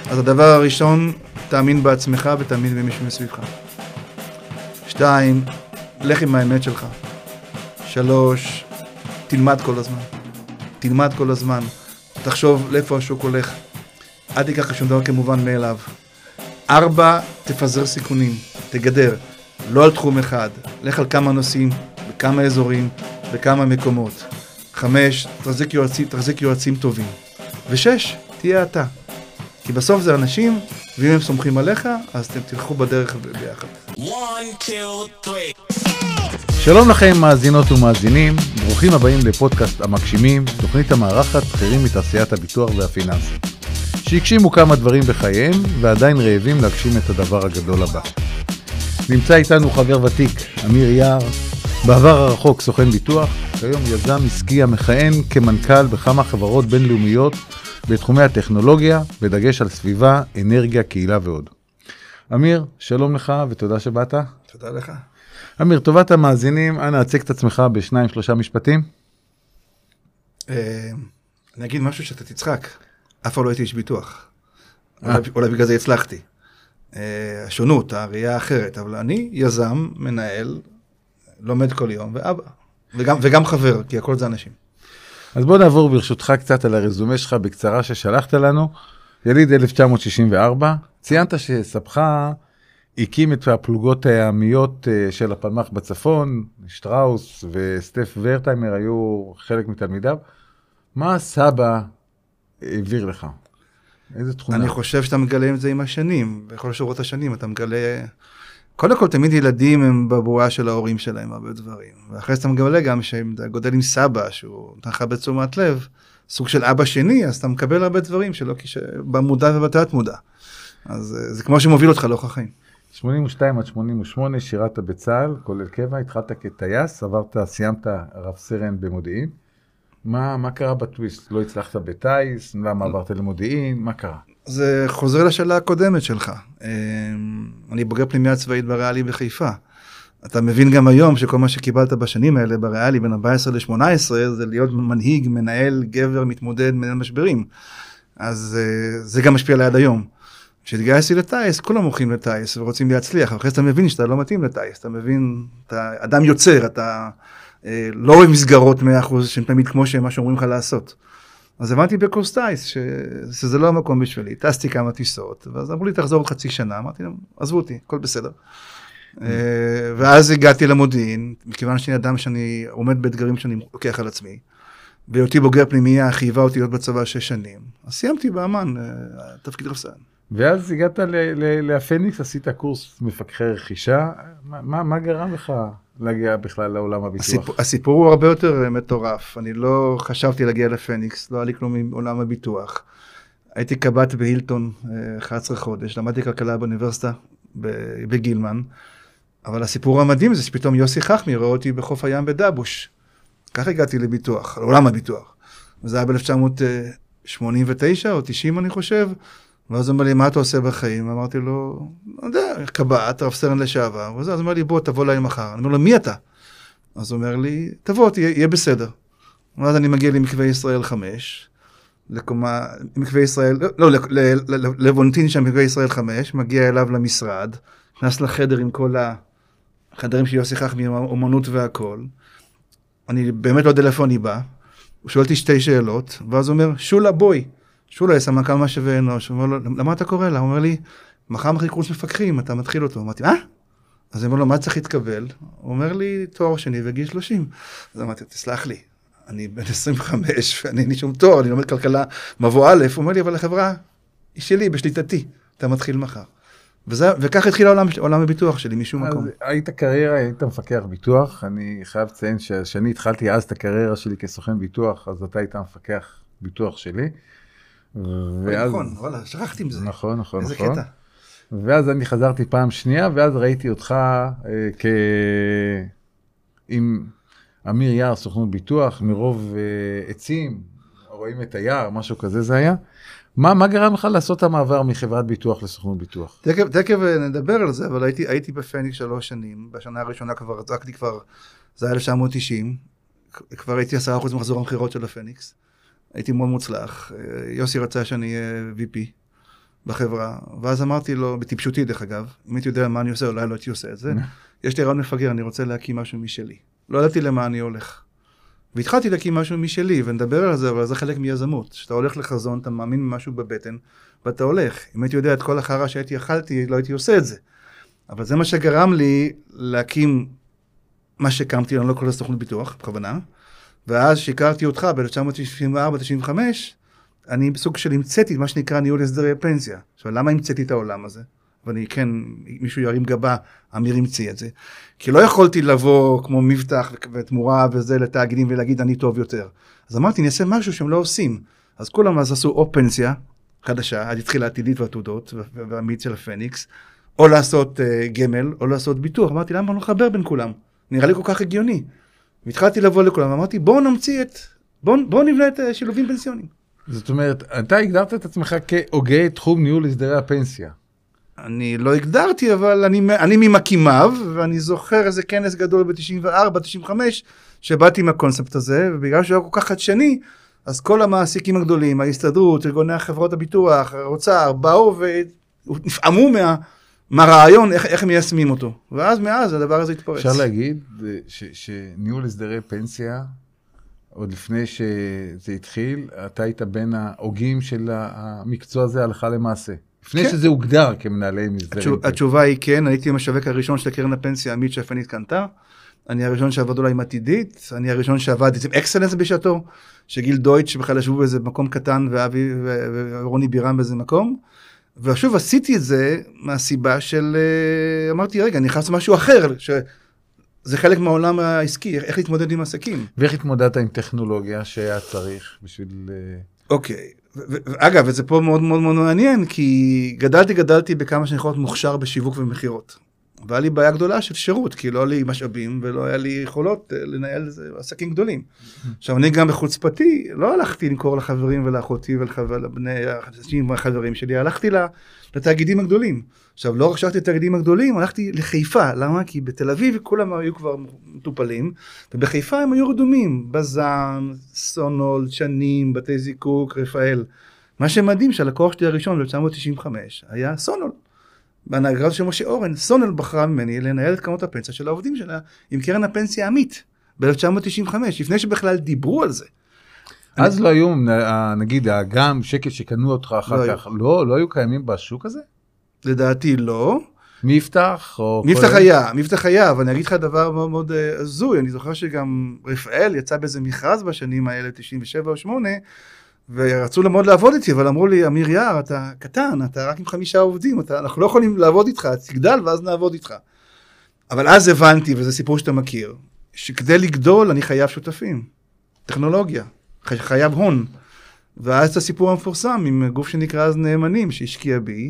אז הדבר הראשון, תאמין בעצמך ותאמין במישהו מסביבך. 2, לך עם האמת שלך. 3, תלמד כל הזמן. תלמד כל הזמן. תחשוב לאיפה השוק הולך. אל תיקח שום דבר כמובן מאליו. 4, תפזר סיכונים. תגדר. לא על תחום אחד. לך על כמה נושאים, בכמה אזורים, בכמה מקומות. 5, תחזיק יועצים טובים. ו6, תהיה אתה. כי בסוף זה אנשים, ואם הם סומכים עליך, אז אתם תלכו בדרך ביחד. 1, 2, 3. שלום לכם מאזינות ומאזינים, ברוכים הבאים לפודקאסט המגשימים, תוכנית המארחת בכירים מתעשיית הביטוח והפיננסים, שהגשימו כמה דברים בחייהם ועדיין רעבים להגשים את הדבר הגדול הבא. נמצא איתנו חבר ותיק, אמיר יער, בעבר הרחוק סוכן ביטוח, כיום יזם עסקי המכהן כמנכ"ל בכמה חברות בינלאומיות בתחומי הטכנולוגיה, בדגש על סביבה, אנרגיה, קהילה ועוד. אמיר, שלום לך ותודה שבאת. תודה לך. אמיר, טובת המאזינים, אנא הצג את עצמך ב2-3 משפטים. אני אגיד משהו שאתה תצחק. אף פעם לא הייתי איש ביטוח. אולי בגלל זה הצלחתי. השונות, הראייה האחרת, אבל אני יזם, מנהל, לומד כל יום, ואבא. וגם חבר, כי הכל זה אנשים. אז בוא נעבור ברשותך קצת על הרזומה שלך בקצרה ששלחת לנו. יליד 1964, ציינת שסבך הקים את הפלוגות הימיות של הפלמ"ח בצפון, שטראוס וסטף ורטהיימר היו חלק מתלמידיו. מה סבא העביר לך? איזה תכונה? אני חושב שאתה מגלה את זה עם השנים, בכל שורות השנים אתה מגלה... קודם כל, תמיד ילדים הם בבואה של ההורים שלהם, הרבה דברים. ואחרי זה אתה מגלה גם שהם גודל עם סבא, שהוא נתן לך בתשומת לב, סוג של אבא שני, אז אתה מקבל הרבה דברים שלא במודע ובתת מודע. אז זה כמו שמוביל אותך לאורך החיים. 82 עד 88 שירת בצה"ל, כולל קבע, התחלת כטייס, סיימת רב סרן במודיעין. מה קרה בטוויסט? לא הצלחת בטייס? למה עברת למודיעין? מה קרה? זה חוזר לשאלה הקודמת שלך. אני בוגר פנימייה צבאית בריאלי בחיפה. אתה מבין גם היום שכל מה שקיבלת בשנים האלה בריאלי בין 14 ל-18 זה להיות מנהיג, מנהל, גבר, מתמודד, מנהל משברים. אז זה גם משפיע עליי עד היום. כשהתגייסתי לטייס, כולם הולכים לטייס ורוצים להצליח. אחרי אתה מבין שאתה לא מתאים לטייס. אתה מבין, אתה אדם יוצר, אתה לא אוהב מסגרות 100% שהם תמיד כמו שהם מה שאומרים לך לעשות. אז הבנתי בקורס טייס שזה לא המקום בשבילי, טסתי כמה טיסות, ואז אמרו לי תחזור עוד חצי שנה, אמרתי להם, עזבו אותי, הכל בסדר. ואז הגעתי למודיעין, מכיוון שאני אדם שאני עומד באתגרים שאני לוקח על עצמי, בהיותי בוגר פנימייה, חייבה אותי להיות בצבא 6 שנים, אז סיימתי באמן, תפקיד רב סרן. ואז הגעת לפניקס, עשית קורס מפקחי רכישה, מה גרם לך להגיע בכלל לעולם הביטוח? הסיפור הוא הרבה יותר מטורף, אני לא חשבתי להגיע לפניקס, לא היה לי כלום מעולם הביטוח. הייתי קב"ט בהילטון 11 חודש, למדתי כלכלה באוניברסיטה בגילמן, אבל הסיפור המדהים זה שפתאום יוסי חכמי רואה אותי בחוף הים בדבוש. כך הגעתי לביטוח, לעולם הביטוח. וזה היה ב-1989 או 90 אני חושב, ואז הוא אומר לי, מה אתה עושה בחיים? אמרתי לו, לא יודע, קב"ט, רב סרן לשעבר. ואז הוא אומר לי, בוא, תבוא אליי מחר. אני אומר לו, מי אתה? אז הוא אומר לי, תבוא, יהיה בסדר. ואז אני מגיע למקווה ישראל 5, מקווה ישראל, לא, לבונטין שם מקווה ישראל 5, מגיע אליו למשרד, נכנס לחדר עם כל החדרים שיוסי חכמי, אומנות והכל. אני באמת לא יודע לאיפה אני בא. הוא שואל אותי 2 שאלות, ואז הוא אומר, שולה בואי. שולה, סמנכ"ל משאבי אנוש, הוא אומר לו, למה אתה קורא לה? הוא אומר לי, מחר קורס מפקחים, אתה מתחיל אותו. אמרתי, אז הוא אומר לו, מה צריך להתקבל? הוא אומר לי, תואר שני וגיל 30. אז אמרתי, תסלח לי, אני בן 25, ואני אין לי שום תואר, אני לומד כלכלה מבוא א', הוא אומר לי, אבל החברה היא שלי, בשליטתי, אתה מתחיל מחר. וכך התחיל עולם הביטוח שלי, משום מקום. אז היית קריירה, היית מפקח ביטוח, אני חייב לציין שאני התחלתי אז את הקריירה שלי כסוכן ביטוח, אז אתה היית מפקח ביטוח שלי. נכון, וואלה, שכחתי עם זה. נכון. איזה קטע. ואז אני חזרתי פעם שנייה, ואז ראיתי אותך עם אמיר יער, סוכנות ביטוח, מרוב עצים, רואים את היער, משהו כזה זה היה. מה גרם לך לעשות את המעבר מחברת ביטוח לסוכנות ביטוח? תכף נדבר על זה, אבל הייתי בפניקס 3 שנים, בשנה הראשונה כבר, זה היה 1990, כבר הייתי 10% מחזור המחירות של הפניקס. הייתי מאוד מוצלח. יוסי רצה שאני אהיה VP, בחברה, ואז אמרתי לו, בטיפשותי דרך אגב, אם הייתי יודע מה אני עושה, אולי לא הייתי עושה את זה, יש לי רעיון מפגר, אני רוצה להקים משהו משלי. לא ידעתי למה אני הולך. והתחלתי להקים משהו משלי, ונדבר על זה, אבל זה חלק מיזמות. כשאתה הולך לחזון, אתה מאמין במשהו בבטן, ואתה הולך. אם הייתי יודע את כל החרא שהייתי אכלתי, לא הייתי עושה את זה. אבל זה מה שגרם לי להקים מה שקמתי, אני לא קורא לסוכנות ביטוח, בכוונה, ואז שהכרתי אותך ב-1994-95, אני בסוג של המצאתי מה שנקרא ניהול הסדרי פנסיה. עכשיו, למה המצאתי את העולם הזה? ואני כן, מישהו ירים גבה, אמיר המציא את זה. כי לא יכולתי לבוא כמו מבטח ותמורה וזה לתאגידים ולהגיד אני טוב יותר. אז אמרתי, אני אעשה משהו שהם לא עושים. אז כולם אז עשו או פנסיה חדשה, עד התחילה העתידית והתעודות והמיץ של הפניקס, או לעשות גמל, או לעשות ביטוח. אמרתי, למה לא לחבר בין כולם? נראה לי כל כך הגיוני. והתחלתי לבוא לכולם, ואמרתי, בואו נמציא בואו נבנה את שילובים פנסיונים. זאת אומרת, אתה הגדרת את עצמך כהוגה תחום ניהול הסדרי הפנסיה. אני לא הגדרתי, אבל אני ממקימיו, ואני זוכר איזה כנס גדול ב-94-95, שבאתי עם הקונספט הזה, ובגלל שהוא היה כל כך חדשני, אז כל המעסיקים הגדולים, ההסתדרות, ארגוני החברות הביטוח, האוצר, באו ונפעמו מהרעיון, איך הם מיישמים אותו. ואז מאז הדבר הזה התפרץ. אפשר להגיד שניהול הסדרי פנסיה, עוד לפני שזה התחיל, אתה היית בין ההוגים של המקצוע הזה הלכה למעשה. לפני כן. שזה הוגדר כמנהלי מסדרים. התשובה היא כן, הייתי המשווק הראשון של קרן הפנסיה העמית שהפנית קנתה, אני הראשון שעבד אולי עם עתידית, אני הראשון שעבד עם אקסלנס בשעתו, שגיל דויטש שבכלל ישבו באיזה מקום קטן, ואבי ורוני בירם באיזה מקום, ושוב עשיתי את זה מהסיבה של, אמרתי רגע, אני נכנס למשהו אחר, שזה חלק מהעולם העסקי, איך להתמודד עם עסקים. ואיך התמודדת עם טכנולוגיה שהיה צריך בשביל... אוקיי. אגב, וזה פה מאוד מאוד מאוד מעניין, כי גדלתי בכמה שאני יכול להיות מוכשר בשיווק ומחירות. והיה לי בעיה גדולה של שירות, כי לא היה לי משאבים, ולא היה לי יכולות לנהל עסקים גדולים. עכשיו, אני גם בחוצפתי, לא הלכתי למכור לחברים ולאחותי ולבני החברים שלי, הלכתי לתאגידים הגדולים. עכשיו, לא רק שהלכתי לתאגידים הגדולים, הלכתי לחיפה. למה? כי בתל אביב כולם היו כבר מטופלים, ובחיפה הם היו רדומים. בזן, סונול, שנים, בתי זיקוק, רפאל. מה שמדהים שהלקוח שלי הראשון ב-1995 היה סונול. בהנהגה של משה אורן, סונול בחרה ממני לנהל את קרנות הפנסיה של העובדים שלה עם קרן הפנסיה העמית ב-1995, לפני שבכלל דיברו על זה. אז לא היו, נגיד, האגם, שקל שקנו אותך אחר כך, לא היו קיימים בשוק הזה? לדעתי לא. מבטח? מבטח היה, אבל אני אגיד לך דבר מאוד מאוד הזוי, אני זוכר שגם רפאל יצא באיזה מכרז בשנים האלה, 97 או 8, ורצו מאוד לעבוד איתי, אבל אמרו לי, אמיר יער, אתה קטן, אתה רק עם 5 עובדים, אנחנו לא יכולים לעבוד איתך, תגדל ואז נעבוד איתך. אבל אז הבנתי, וזה סיפור שאתה מכיר, שכדי לגדול אני חייב שותפים, טכנולוגיה, חייב הון. ואז את הסיפור המפורסם עם גוף שנקרא אז נאמנים, שהשקיע בי,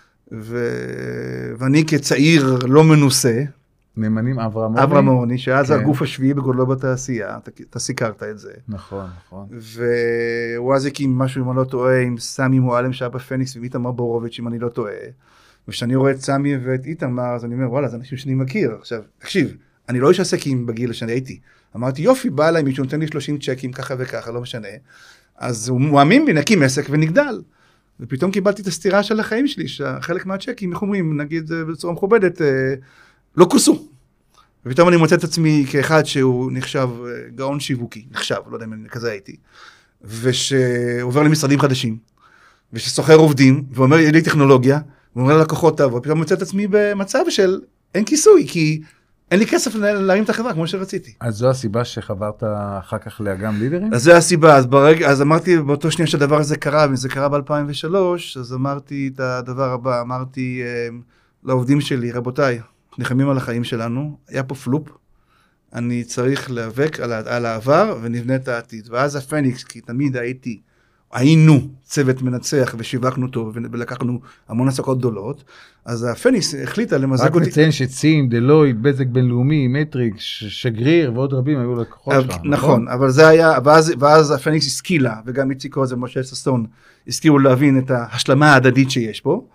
ואני כצעיר לא מנוסה, נאמנים אברהם אורני, שאז הגוף השביעי בגודלו בתעשייה, אתה סיקרת את זה. נכון. והוא אז הקים משהו, אם אני לא טועה, עם סמי מועלם שהיה בפניקס, ואיתמר בורוביץ', אם אני לא טועה. וכשאני רואה את סמי ואת איתמר, אז אני אומר, וואלה, זה אנשים שאני מכיר. עכשיו, תקשיב, אני לא איש עסקים בגיל שאני הייתי. אמרתי, יופי, בא אליי מישהו, נותן לי 30 צ'קים, ככה וככה, לא משנה. אז הוא מאמין בי, נקים עסק ונגדל. ופתאום קיבלתי את הסתירה של החיים שלי, שחלק מהצ'קים, איך אומרים, נגיד בצורה מכובדת, לא כוסו. ופתאום אני מוצא את עצמי כאחד שהוא נחשב גאון שיווקי, לא יודע אם אני כזה הייתי, ושעובר למשרדים חדשים, ושסוחר עובדים, ואומר לי טכנולוגיה, ואומר ללקוחות תעבוד, ופתאום מוצא את עצמי במצב של אין כיסוי, כי אין לי כסף להרים את החברה כמו שרציתי. אז זו הסיבה שחברת אחר כך לאגם לידרים? אז זו הסיבה, אז אמרתי באותו שנייה שהדבר הזה קרה, וזה קרה ב-2003, אז אמרתי את הדבר הבא, אמרתי לעובדים שלי, רבותיי, נחמים על החיים שלנו, היה פה פלופ, אני צריך להיאבק על העבר ונבנה את העתיד. ואז הפניקס, כי תמיד היינו צוות מנצח ושיווקנו טוב ולקחנו המון עסקות גדולות, אז הפניקס החליטה למזג אותי. רק נציין שצים, דלויט, בזק בינלאומי, מטריקס, שגריר ועוד רבים היו לקוחות שלנו. נכון, אבל זה היה, ואז הפניקס השכילה, וגם איציקו זה משה ששון, השכילו להבין את ההשלמה ההדדית שיש פה,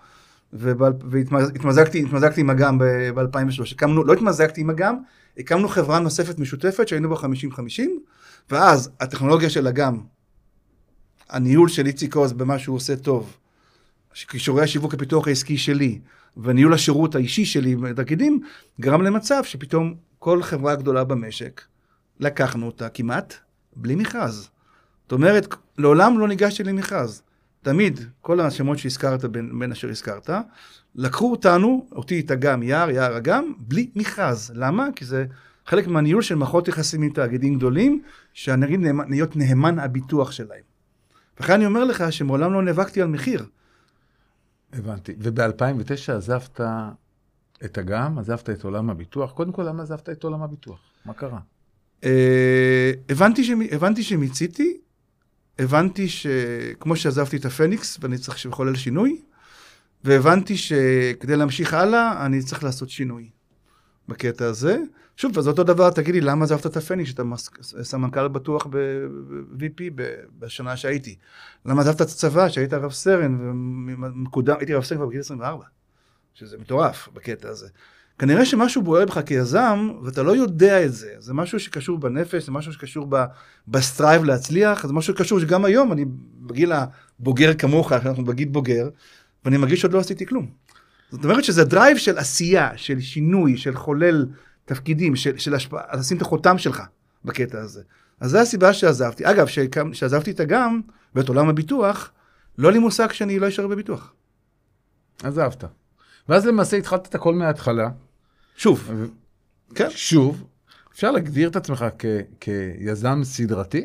והתמזגתי עם אגם ב-2003. לא התמזגתי עם אגם, הקמנו חברה נוספת משותפת שהיינו בה 50-50, ואז הטכנולוגיה של אגם, הניהול של איציקו במה שהוא עושה טוב, כישורי השיווק הפיתוח העסקי שלי, וניהול השירות האישי שלי בתאגידים, גרם למצב שפתאום כל חברה גדולה במשק, לקחנו אותה כמעט בלי מכרז. זאת אומרת, לעולם לא ניגשתי למכרז. תמיד, כל השמות שהזכרת בין אשר הזכרת, לקחו אותי את אגם, יער אגם, בלי מכרז. למה? כי זה חלק מהניהול של מערכות יחסים עם תאגידים גדולים, שהנגיד להיות נאמן הביטוח שלהם. וכן אני אומר לך שמעולם לא נאבקתי על מחיר. הבנתי. וב-2009 עזבת את אגם, עזבת את עולם הביטוח. קודם כל, למה עזבת את עולם הביטוח? מה קרה? הבנתי שמיציתי, הבנתי שכמו שעזבתי את הפניקס, ואני צריך לחולל שינוי, והבנתי שכדי להמשיך הלאה, אני צריך לעשות שינוי בקטע הזה. שוב, אז אותו דבר, תגיד לי, למה עזבת את הפניקס, שאתה סמנכ"ל בטוח ב-VP בשנה שהייתי? למה עזבת את הצבא, שהיית רב סרן, הייתי רב סרן כבר בגיל 24, שזה מטורף בקטע הזה. כנראה שמשהו בוער בך כיזם, ואתה לא יודע את זה. זה משהו שקשור בנפש, זה משהו שקשור בסטרייב להצליח, זה משהו שקשור שגם היום, אני בגיל הבוגר כמוך, אנחנו בגיל בוגר, ואני מרגיש שעוד לא עשיתי כלום. זאת אומרת שזה דרייב של עשייה, של שינוי, של חולל תפקידים, של השפעה, לשים את החותם שלך בקטע הזה. אז זו הסיבה שעזבתי. אגב, שעזבתי את אגם, ואת עולם הביטוח, לא לי מושג שאני לא אשאר בביטוח. עזבת. ואז למעשה התחלת את הכל מההתחלה. שוב. כן. שוב. אפשר להגדיר את עצמך כיזם סדרתי?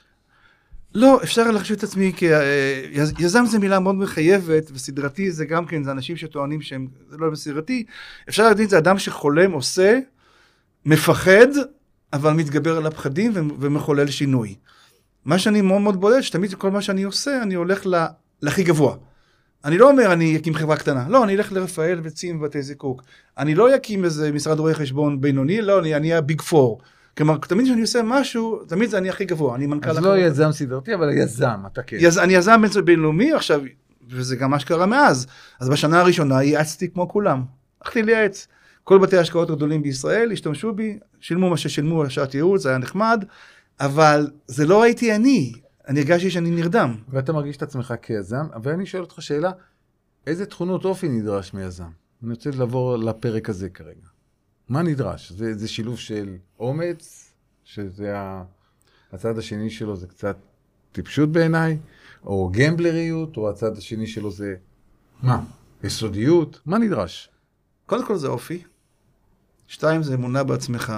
לא, אפשר לחשוב את עצמי יזם זה מילה מאוד מחייבת, וסדרתי זה גם כן, זה אנשים שטוענים שהם לא בסדרתי. אפשר להגדיר את זה אדם שחולם, עושה, מפחד, אבל מתגבר על הפחדים ומחולל שינוי. מה שאני מאוד מאוד בולט, שתמיד כל מה שאני עושה, אני הולך להכי גבוה. אני לא אומר, אני אקים חברה קטנה. לא, אני אלך לרפאל וצים ובתי זיקוק. אני לא אקים איזה משרד רואי חשבון בינוני, לא, אני אהיה ביג פור. כלומר, תמיד כשאני עושה משהו, תמיד זה אני הכי גבוה. אני מנכ"ל... אז לא יזם סדרתי, אבל יזם, אתה כן. אני יזם בינלאומי עכשיו, וזה גם מה שקרה מאז. אז בשנה הראשונה ייעצתי כמו כולם. הלכתי לייעץ. כל בתי ההשקעות הגדולים בישראל השתמשו בי, שילמו מה ששילמו על שעת ייעוץ, זה היה נחמד, אבל זה לא הייתי אני. אני הרגשתי שאני נרדם. ואתה מרגיש את עצמך כיזם, אבל אני שואל אותך שאלה, איזה תחונות אופי נדרש מיזם? אני רוצה לעבור לפרק הזה כרגע. מה נדרש? זה שילוב של אומץ, שזה הצד השני שלו זה קצת טיפשות בעיניי, או גמבלריות, או הצד השני שלו זה מה? יסודיות? מה נדרש? קודם כל זה אופי. 2 זה אמונה בעצמך.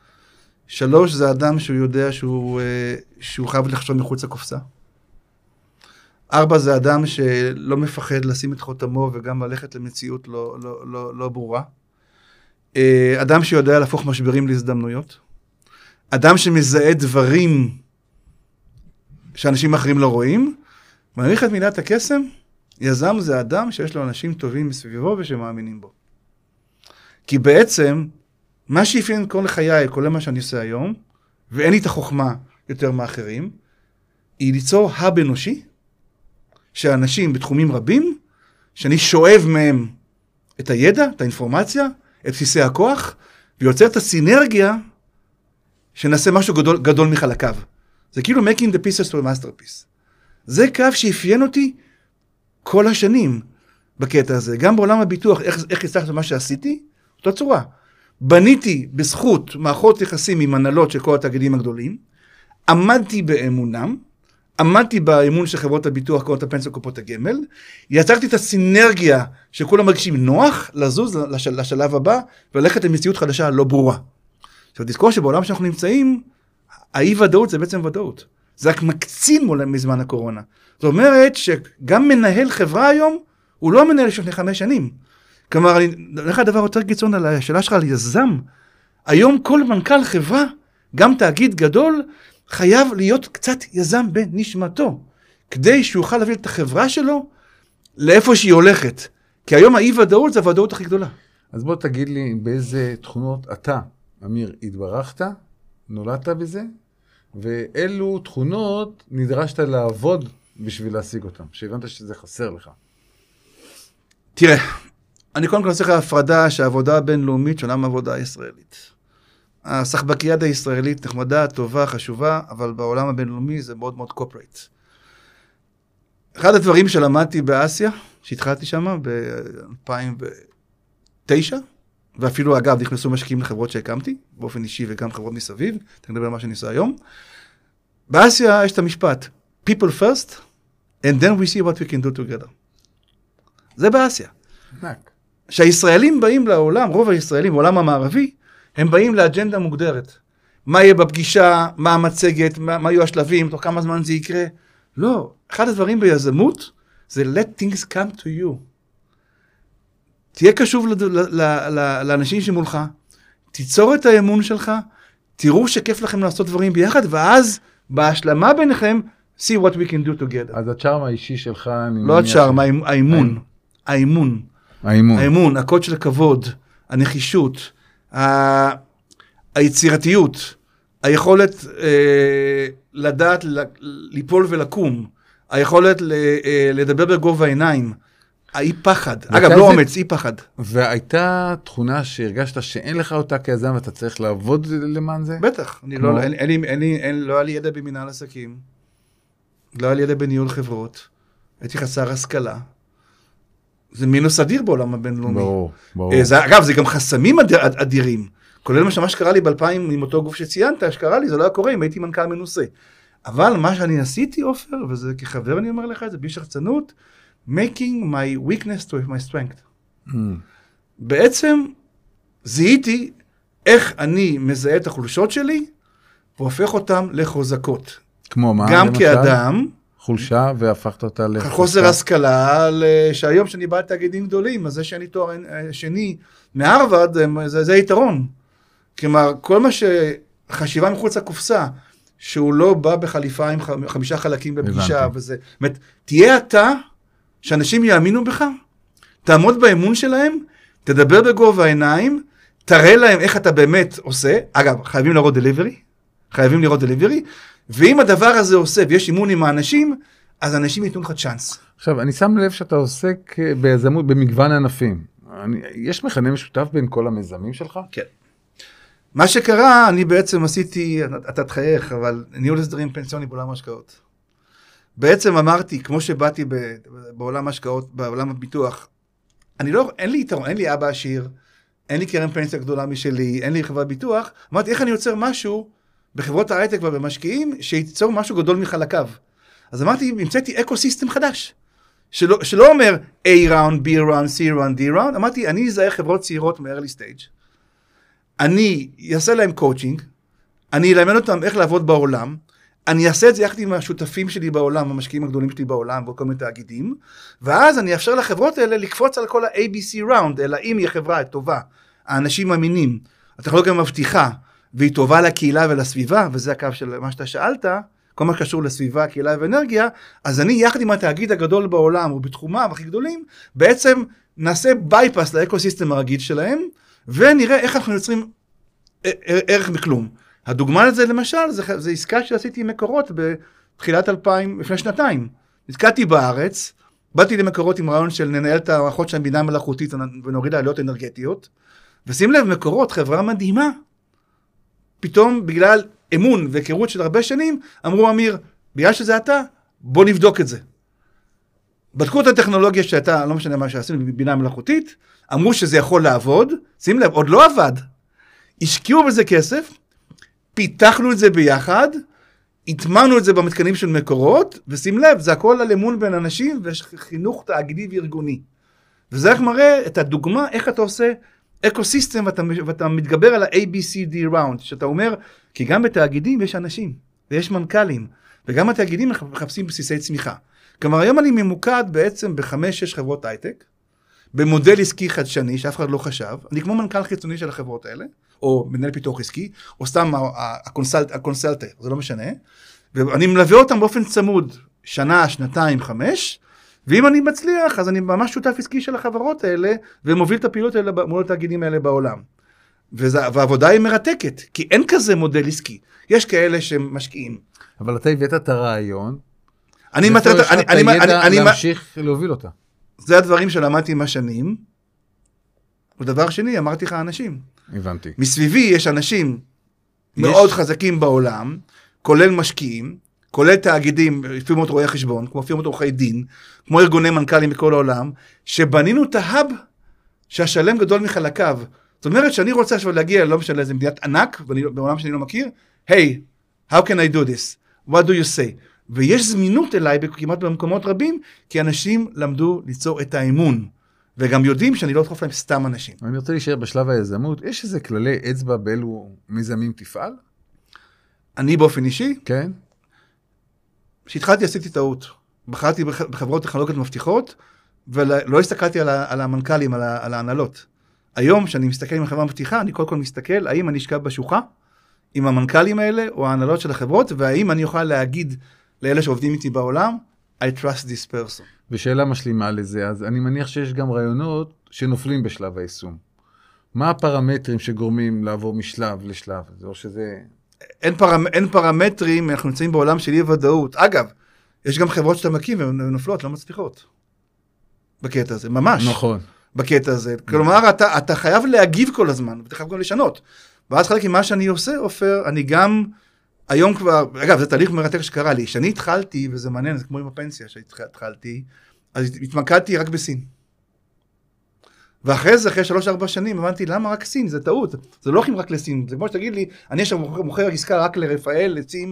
3 זה אדם שהוא יודע שהוא חייב לחשוב מחוץ לקופסה. 4 זה אדם שלא מפחד לשים את חותמו וגם ללכת למציאות לא ברורה. אדם שיודע להפוך משברים להזדמנויות. אדם שמזהה דברים שאנשים אחרים לא רואים. מעריך את מילת הקסם, יזם זה אדם שיש לו אנשים טובים מסביבו ושמאמינים בו. כי בעצם, מה שאפיין כל חיי, כל מה שאני עושה היום, ואין לי את החוכמה יותר מאחרים, היא ליצור hub אנושי, שאנשים בתחומים רבים, שאני שואב מהם את הידע, את האינפורמציה, את בסיסי הכוח, ויוצר את הסינרגיה, שנעשה משהו גדול מחלקיו. זה כאילו making the pieces to a masterpiece. זה קו שאפיין אותי כל השנים בקטע הזה. גם בעולם הביטוח, איך הצלחת מה שעשיתי, אותה צורה. בניתי בזכות מערכות יחסים עם הנהלות של כל התאגידים הגדולים, עמדתי באמונם, עמדתי באמון של חברות הביטוח, קופות הפנסיה, קופות הגמל, יצרתי את הסינרגיה שכולם מרגישים נוח לזוז לשלב הבא, וללכת למציאות חדשה לא ברורה. עכשיו תזכור שבעולם שאנחנו נמצאים, האי ודאות זה בעצם ודאות. זה רק מקצין מזמן הקורונה. זאת אומרת שגם מנהל חברה היום, הוא לא מנהל לפני 5 שנים. כלומר, אני לך דבר יותר קיצון על השאלה שלך על יזם. היום כל מנכ"ל חברה, גם תאגיד גדול, חייב להיות קצת יזם בנשמתו, כדי שהוא יוכל להביא את החברה שלו לאיפה שהיא הולכת. כי היום האי ודאות זה הוודאות הכי גדולה. אז בוא תגיד לי באיזה תכונות אתה, אמיר, התברכת, נולדת בזה, ואילו תכונות נדרשת לעבוד בשביל להשיג אותם, שהבנת שזה חסר לך. תראה, אני קודם כל עושה לך הפרדה שהעבודה הבינלאומית שונה מהעבודה הישראלית. הסחבקיאדה הישראלית נחמדה, טובה, חשובה, אבל בעולם הבינלאומי זה מאוד מאוד קופרייט. אחד הדברים שלמדתי באסיה, שהתחלתי שם ב-2009, ואפילו אגב נכנסו משקיעים לחברות שהקמתי, באופן אישי וגם חברות מסביב, אתה מדבר על מה שאני עושה היום. באסיה יש את המשפט, people first, and then we see what we can do together. זה באסיה. שהישראלים באים לעולם, רוב הישראלים בעולם המערבי, הם באים לאג'נדה מוגדרת. מה יהיה בפגישה, מה המצגת, מה יהיו השלבים, תוך כמה זמן זה יקרה. לא, אחד הדברים ביזמות, זה let things come to you. תהיה קשוב לאנשים שמולך, תיצור את האמון שלך, תראו שכיף לכם לעשות דברים ביחד, ואז בהשלמה ביניכם, see what we can do together. אז הצ'ארם האישי שלך... לא הצ'ארם, האמון. האמון. האמון, הקוד של הכבוד, הנחישות, היצירתיות, היכולת לדעת ליפול ולקום, היכולת לדבר בגובה העיניים, האי פחד, אגב לא אומץ, אי פחד. והייתה תכונה שהרגשת שאין לך אותה כיזם ואתה צריך לעבוד למען זה? בטח, לא היה לי ידע במנהל עסקים, לא היה לי ידע בניהול חברות, הייתי חסר השכלה, זה מינוס אדיר בעולם הבינלאומי. ברור, ברור. אגב, זה גם חסמים אדירים, כולל מה שקרה לי ב-2000 עם אותו גוף שציינת, שקרה לי, זה לא היה קורה אם הייתי מנכ"ל מנוסה. אבל מה שאני עשיתי, עופר, וזה כחבר אני אומר לך, זה בלי שחצנות, making my weakness to my strength. בעצם זיהיתי איך אני מזהה את החולשות שלי, והופך אותם לחוזקות. כמו מה? גם כאדם. חולשה והפכת אותה לחוזקה. חוסר השכלה, שהיום שאני בא לתאגידים גדולים, אז זה שאני תואר שני מהרווארד, זה יתרון. כלומר, כל מה שחשיבה מחוץ לקופסה, שהוא לא בא בחליפה עם 5 חלקים בפגישה, וזה, זאת אומרת, תהיה אתה, שאנשים יאמינו בך, תעמוד באמון שלהם, תדבר בגובה העיניים, תראה להם איך אתה באמת עושה, אגב, חייבים לראות דליברי, ואם הדבר הזה עושה, ויש אימון עם האנשים, אז אנשים ייתנו לך צ'אנס. עכשיו, אני שם לב שאתה עוסק ביזמות במגוון ענפים. יש מכנה משותף בין כל המיזמים שלך? כן. מה שקרה, אני בעצם עשיתי, אתה תחייך, אבל ניהול הסדרים פנסיוני בעולם ההשקעות. בעצם אמרתי, כמו שבאתי בעולם ההשקעות, בעולם הביטוח, אין לי יתרון, אין לי אבא עשיר, אין לי קרן פנסיה גדולה משלי, אין לי חברת ביטוח, אמרתי, איך אני יוצר משהו בחברות ההייטק ובמשקיעים, שייצור משהו גדול מחלקיו. אז אמרתי, המצאתי אקוסיסטם חדש, שלא אומר A round, B round, C round, D round, אמרתי, אני אזהה חברות צעירות מ-early stage, אני אעשה להם קואוצ'ינג, אני אלמד אותם איך לעבוד בעולם, אני אעשה את זה יחד עם השותפים שלי בעולם, המשקיעים הגדולים שלי בעולם, וכל מיני תאגידים, ואז אני אאפשר לחברות האלה לקפוץ על כל ה-ABC round, אלא אם היא חברה טובה, האנשים מאמינים, הטכנולוגיה מבטיחה, והיא טובה לקהילה ולסביבה, וזה הקו של מה שאתה שאלת, כל מה שקשור לסביבה, קהילה ואנרגיה, אז אני יחד עם התאגיד הגדול בעולם, ובתחומיו הכי גדולים, בעצם נעשה בייפס לאקוסיסטם הרגיל שלהם, ונראה איך אנחנו יוצרים ערך מכלום. הדוגמה לזה למשל, זה עסקה שעשיתי עם מקורות בתחילת 2000, לפני שנתיים. נתקעתי בארץ, באתי למקורות עם רעיון של ננהל את המערכות של בינה מלאכותית ונוריד עלויות אנרגטיות, ושים לב, מקורות, חברה מדהימה, פתאום בגלל אמון והיכרות של הרבה שנים, אמרו אמיר, בגלל שזה אתה, בוא נבדוק את זה. בדקו את הטכנולוגיה שהייתה, לא משנה מה שעשינו, בינה מלאכותית, אמרו שזה יכול לעבוד, שים לב, עוד לא עבד, השקיעו בזה כסף, פיתחנו את זה ביחד, התמנו את זה במתקנים של מקורות, ושים לב, זה הכל על אמון בין אנשים, וחינוך תאגידי וארגוני. וזה רק מראה את הדוגמה, איך אתה עושה אקוסיסטם, ואתה מתגבר על ה-ABCD round, שאתה אומר, כי גם בתאגידים יש אנשים, ויש מנכ"לים, וגם התאגידים מחפשים בסיסי צמיחה. כלומר, היום אני ממוקד בעצם ב5-6 חברות הייטק, במודל עסקי חדשני, שאף אחד לא חשב, אני כמו מנכ"ל חיצוני של החברות האלה, או מנהל פיתוח עסקי, או סתם הקונסלטר, זה לא משנה, ואני מלווה אותם באופן צמוד, שנה, שנתיים, 5, ואם אני מצליח, אז אני ממש שותף עסקי של החברות האלה, ומוביל את הפעילות האלה מול התאגידים האלה בעולם. והעבודה היא מרתקת, כי אין כזה מודל עסקי. יש כאלה שמשקיעים. אבל אתה הבאת את הרעיון, אני להמשיך להוביל אותה. זה הדברים שלמדתי עם השנים, ודבר שני, אמרתי לך אנשים. הבנתי. מסביבי יש אנשים מאוד חזקים בעולם, כולל משקיעים, כולל תאגידים, פירמות רואי חשבון, כמו פירמות עורכי דין, כמו ארגוני מנכ"לים מכל העולם, שבנינו את ההאב שהשלם גדול מחלקיו. זאת אומרת שאני רוצה עכשיו להגיע, לא משנה, לאיזה מדינת ענק, בעולם שאני לא מכיר, hey, how can I do this? What do you say? ויש זמינות אליי כמעט במקומות רבים, כי אנשים למדו ליצור את האמון, וגם יודעים שאני לא אדחוף להם סתם אנשים. אני רוצה להישאר בשלב היזמות, יש איזה כללי אצבע באלו מיזמים תפעל? אני באופן אישי, כן. כשהתחלתי עשיתי טעות. בחרתי בחברות טכנולוגיות מבטיחות, ולא הסתכלתי על המנכ"לים, על ההנהלות. היום, כשאני מסתכל עם החברה מבטיחה, אני קודם כל מסתכל, האם אני אשכב בשוחה, עם המנכ"לים האלה, או ההנהלות של החברות, והאם אני אוכל להגיד לאלה שעובדים איתי בעולם, I trust this person. ושאלה משלימה לזה, אז אני מניח שיש גם רעיונות שנופלים בשלב היישום. מה הפרמטרים שגורמים לעבור משלב לשלב? זה או שזה... אין פרמטרים, אנחנו נמצאים בעולם של אי ודאות. אגב, יש גם חברות שאתה מקים ונופלות, לא מצליחות. בקטע הזה, ממש. נכון. בקטע הזה. כלומר, אתה חייב להגיב כל הזמן, ואתה חייב גם לשנות. ואז חלק ממה שאני עושה, עופר, אני גם, היום כבר, אגב, זה תהליך מרתק שקרה לי. כשאני התחלתי, וזה מעניין, זה כמו עם הפנסיה שהתחלתי, אז התמקדתי רק בסין. ואחרי זה, אחרי 3-4 שנים, הבנתי, למה רק סין? זה טעות. זה לא הולכים רק לסין. זה כמו שתגיד לי, אני עכשיו מוכר עסקה רק לרפאל, לצים,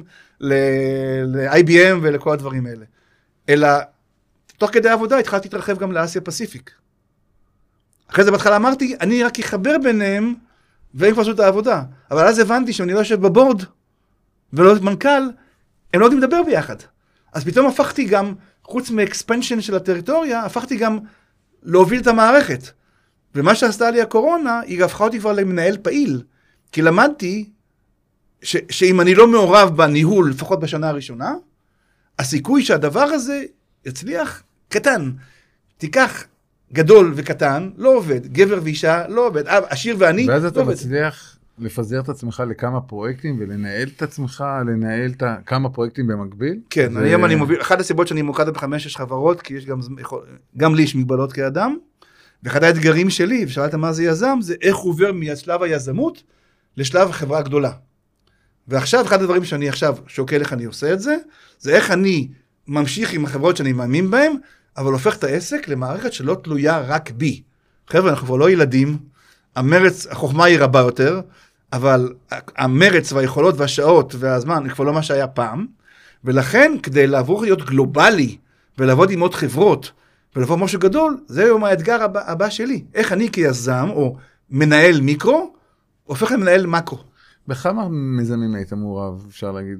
ל-IBM ולכל הדברים האלה. אלא, תוך כדי העבודה, התחלתי להתרחב גם לאסיה פסיפיק. אחרי זה בהתחלה אמרתי, אני רק אחבר ביניהם, והם כבר עשו את העבודה. אבל אז הבנתי שאני לא יושב בבורד, ולא מנכ"ל, הם לא יודעים לדבר ביחד. אז פתאום הפכתי גם, חוץ מאקספנשן של הטריטוריה, הפכתי גם להוביל את המערכת. ומה שעשתה לי הקורונה, היא הפכה אותי כבר למנהל פעיל. כי למדתי שאם אני לא מעורב בניהול, לפחות בשנה הראשונה, הסיכוי שהדבר הזה יצליח קטן. תיקח גדול וקטן, לא עובד. גבר ואישה לא עובד. עשיר ואני לא עובד. ואז אתה מצליח לפזר את עצמך לכמה פרויקטים, ולנהל את עצמך, לנהל כמה פרויקטים במקביל? כן, היום אני מוביל, אחת הסיבות שאני מוקד ב5-6 חברות, כי יש גם לי יש מגבלות כאדם, ואחד האתגרים שלי, ושאלת מה זה יזם, זה איך הוא עובר משלב היזמות לשלב חברה גדולה. ועכשיו, אחד הדברים שאני עכשיו שוקל איך אני עושה את זה, זה איך אני ממשיך עם החברות שאני מאמין בהן, אבל הופך את העסק למערכת שלא תלויה רק בי. חבר'ה, אנחנו כבר לא ילדים, החוכמה היא רבה יותר, אבל המרץ והיכולות והשעות והזמן, כבר לא מה שהיה פעם, ולכן כדי לעבור להיות גלובלי, ולעבוד עם עוד חברות, ולעבור משהו גדול, זה היום האתגר הבא שלי. איך אני כיזם, או מנהל מיקרו, הופך למנהל מקרו. בכמה מיזמים היית מעורב, אפשר להגיד?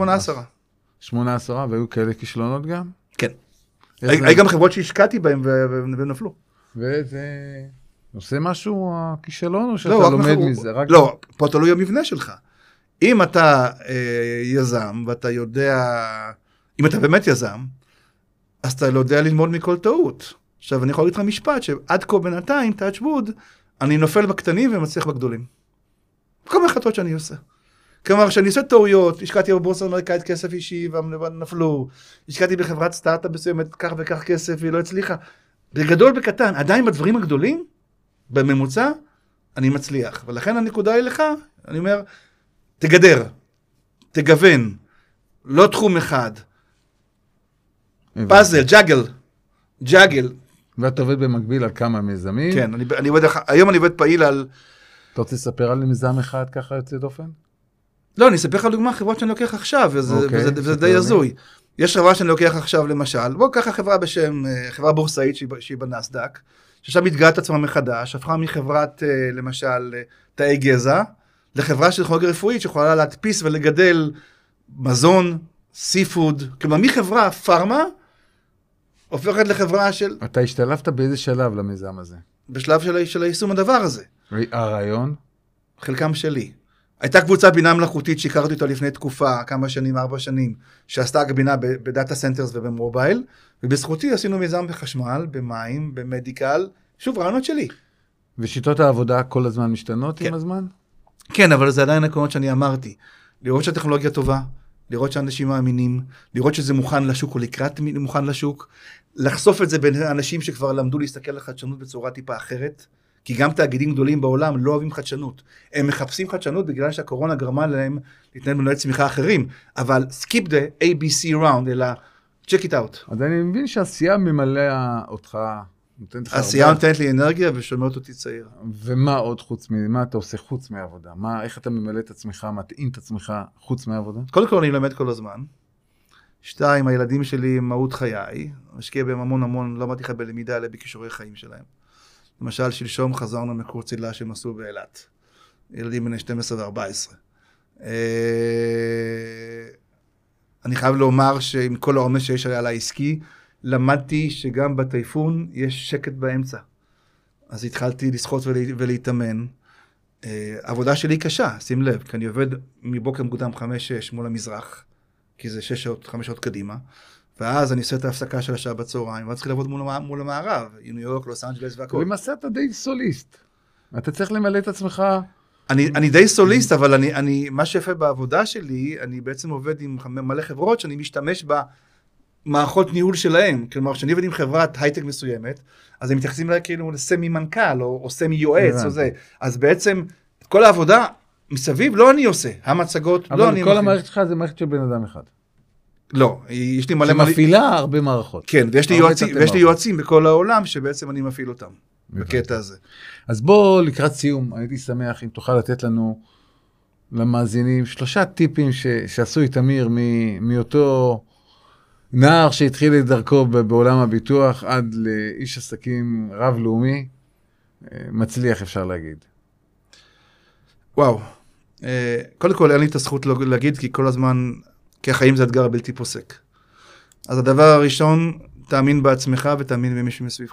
18. והיו כאלה כישלונות גם? כן. היו גם חברות שהשקעתי בהן ונפלו. וזה עושה משהו הכישלון, או שאתה לומד מזה? לא, פה תלוי המבנה שלך. אם אתה יזם, ואתה יודע, אם אתה באמת יזם, אז אתה לא יודע ללמוד מכל טעות. עכשיו, אני יכול להגיד לך משפט, שעד כה בינתיים, touch wood, אני נופל בקטנים ומצליח בגדולים. כל מהחלטות שאני עושה. כלומר, שאני עושה טעויות, השקעתי בבורסה אמריקאית כסף אישי, ונפלו. השקעתי בחברת סטארט-אפ מסוימת, כך וכך כסף, והיא לא הצליחה. בגדול בקטן, עדיין בדברים הגדולים, בממוצע, אני מצליח. ולכן הנקודה היא לך, אני אומר, תגדר, תגוון, לא תחום אחד. פאזל, ג'אגל. ואתה עובד במקביל על כמה מיזמים? כן, היום אני עובד פעיל על... אתה רוצה לספר על מיזם אחד ככה יוצא דופן? לא, אני אספר לך דוגמה חברות שאני לוקח עכשיו, וזה די הזוי. יש חברה שאני לוקח עכשיו למשל, בוא ככה חברה בשם, חברה בורסאית שהיא בנסדק, ששם התגלת עצמה מחדש, הפכה מחברת למשל תאי גזע, לחברה של טכנולוגיה רפואית שיכולה להדפיס ולגדל מזון, סי-פוד, כלומר מחברה פארמה, הופכת לחברה של... אתה השתלבת באיזה שלב למיזם הזה? בשלב של היישום הדבר הזה. הרעיון? חלקם שלי. הייתה קבוצה בינה מלאכותית שהכרתי אותה לפני תקופה, כמה שנים, 4 שנים, שעשתה בינה בדאטה סנטרס ובמובייל, ובזכותי עשינו מיזם בחשמל, במים, במדיקל, שוב, רעיונות שלי. ושיטות העבודה כל הזמן משתנות כן. עם הזמן? כן, אבל זה עדיין עקרונות שאני אמרתי. לראות שהטכנולוגיה טובה, לראות שאנשים מאמינים, לראות שזה מוכן לשוק או לקראת מוכן לשוק, לחשוף את זה בין אנשים שכבר למדו להסתכל על חדשנות בצורה טיפה אחרת, כי גם תאגידים גדולים בעולם לא אוהבים חדשנות. הם מחפשים חדשנות בגלל שהקורונה גרמה להם להתנהל מנועי צמיחה אחרים, אבל skip the ABC round, אלא check it out. אז אני מבין שהעשייה ממלא אותך, העשייה נותנת לי אנרגיה ושומרת אותי צעיר. ומה עוד מה אתה עושה חוץ מהעבודה? איך אתה ממלא את עצמך, מטעין את עצמך חוץ מהעבודה? קודם כל אני לומד כל הזמן. 2, הילדים שלי מהות חיי, משקיע בהם המון, לא אמרתי לך בלמידה, אלא בכישורי חיים שלהם. למשל, שלשום חזרנו מקורס צלילה שהם עשו באילת. ילדים בני 12 ו-14. אני חייב לומר שעם כל העומס שיש על העסקי, למדתי שגם בטייפון יש שקט באמצע. אז התחלתי לשחות ולהתאמן. העבודה שלי היא קשה, שים לב, כי אני עובד מבוקר מוקדם 5-6 מול המזרח, כי זה 5 שעות קדימה, ואז אני עושה את ההפסקה של השעה בצהריים, ואז צריך לעבוד מול המערב, ניו יורק, לוס אנג'לס והכל. למעשה אתה די סוליסט. אתה צריך למלא את עצמך. אני די סוליסט, אבל מה שיפה בעבודה שלי, אני בעצם עובד עם מלא חברות שאני משתמש במערכות ניהול שלהם. כלומר, כשאני עובד עם חברת הייטק מסוימת, אז הם מתייחסים לה כאילו לסמי מנכ"ל, או סמי יועץ, או זה. אז בעצם, את כל העבודה מסביב לא אני עושה. המצגות לא אני אבל כל המערכת שלך זה מערכת של בן אדם אחד. לא, יש לי מלא... שמפעילה הרבה מערכות. כן, ויש לי יועצים בכל העולם שבעצם אני מפעיל אותם, בקטע הזה. אז בוא לקראת סיום, הייתי שמח אם תוכל לתת לנו, למאזינים, 3 טיפים שעשו איתמיר מאותו נער שהתחיל את דרכו בעולם הביטוח, עד לאיש עסקים רב-לאומי, מצליח אפשר להגיד. וואו, קודם כל אין לי את הזכות להגיד, כי כל הזמן... כי החיים זה אתגר בלתי פוסק. אז הדבר הראשון, תאמין בעצמך ותאמין במישהו מסביבך.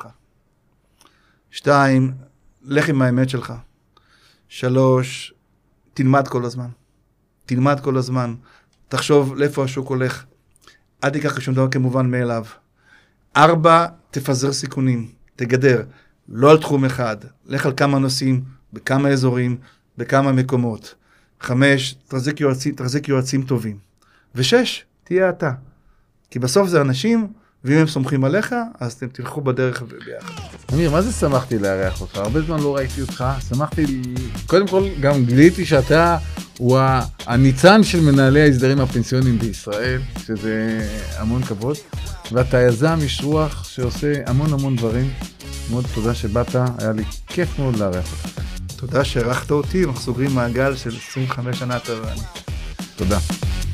2, לך עם האמת שלך. 3, תלמד כל הזמן. תחשוב לאיפה השוק הולך. אל תיקח שום דבר כמובן מאליו. 4, תפזר סיכונים. תגדר. לא על תחום אחד. לך על כמה נושאים, בכמה אזורים, בכמה מקומות. 5, תחזיק יועצים טובים. 6, תהיה אתה. כי בסוף זה אנשים, ואם הם סומכים עליך, אז אתם תלכו בדרך ביחד. אמיר, מה זה שמחתי לארח אותך? הרבה זמן לא ראיתי אותך. שמחתי, קודם כל, גם גיליתי שאתה הוא הניצן של מנהלי ההסדרים הפנסיוניים בישראל, שזה המון כבוד. ואתה יזם איש רוח שעושה המון דברים. מאוד תודה שבאת, היה לי כיף מאוד לארח אותך. תודה שערכת אותי, אנחנו סוגרים מעגל של 25 שנה טובה. תודה.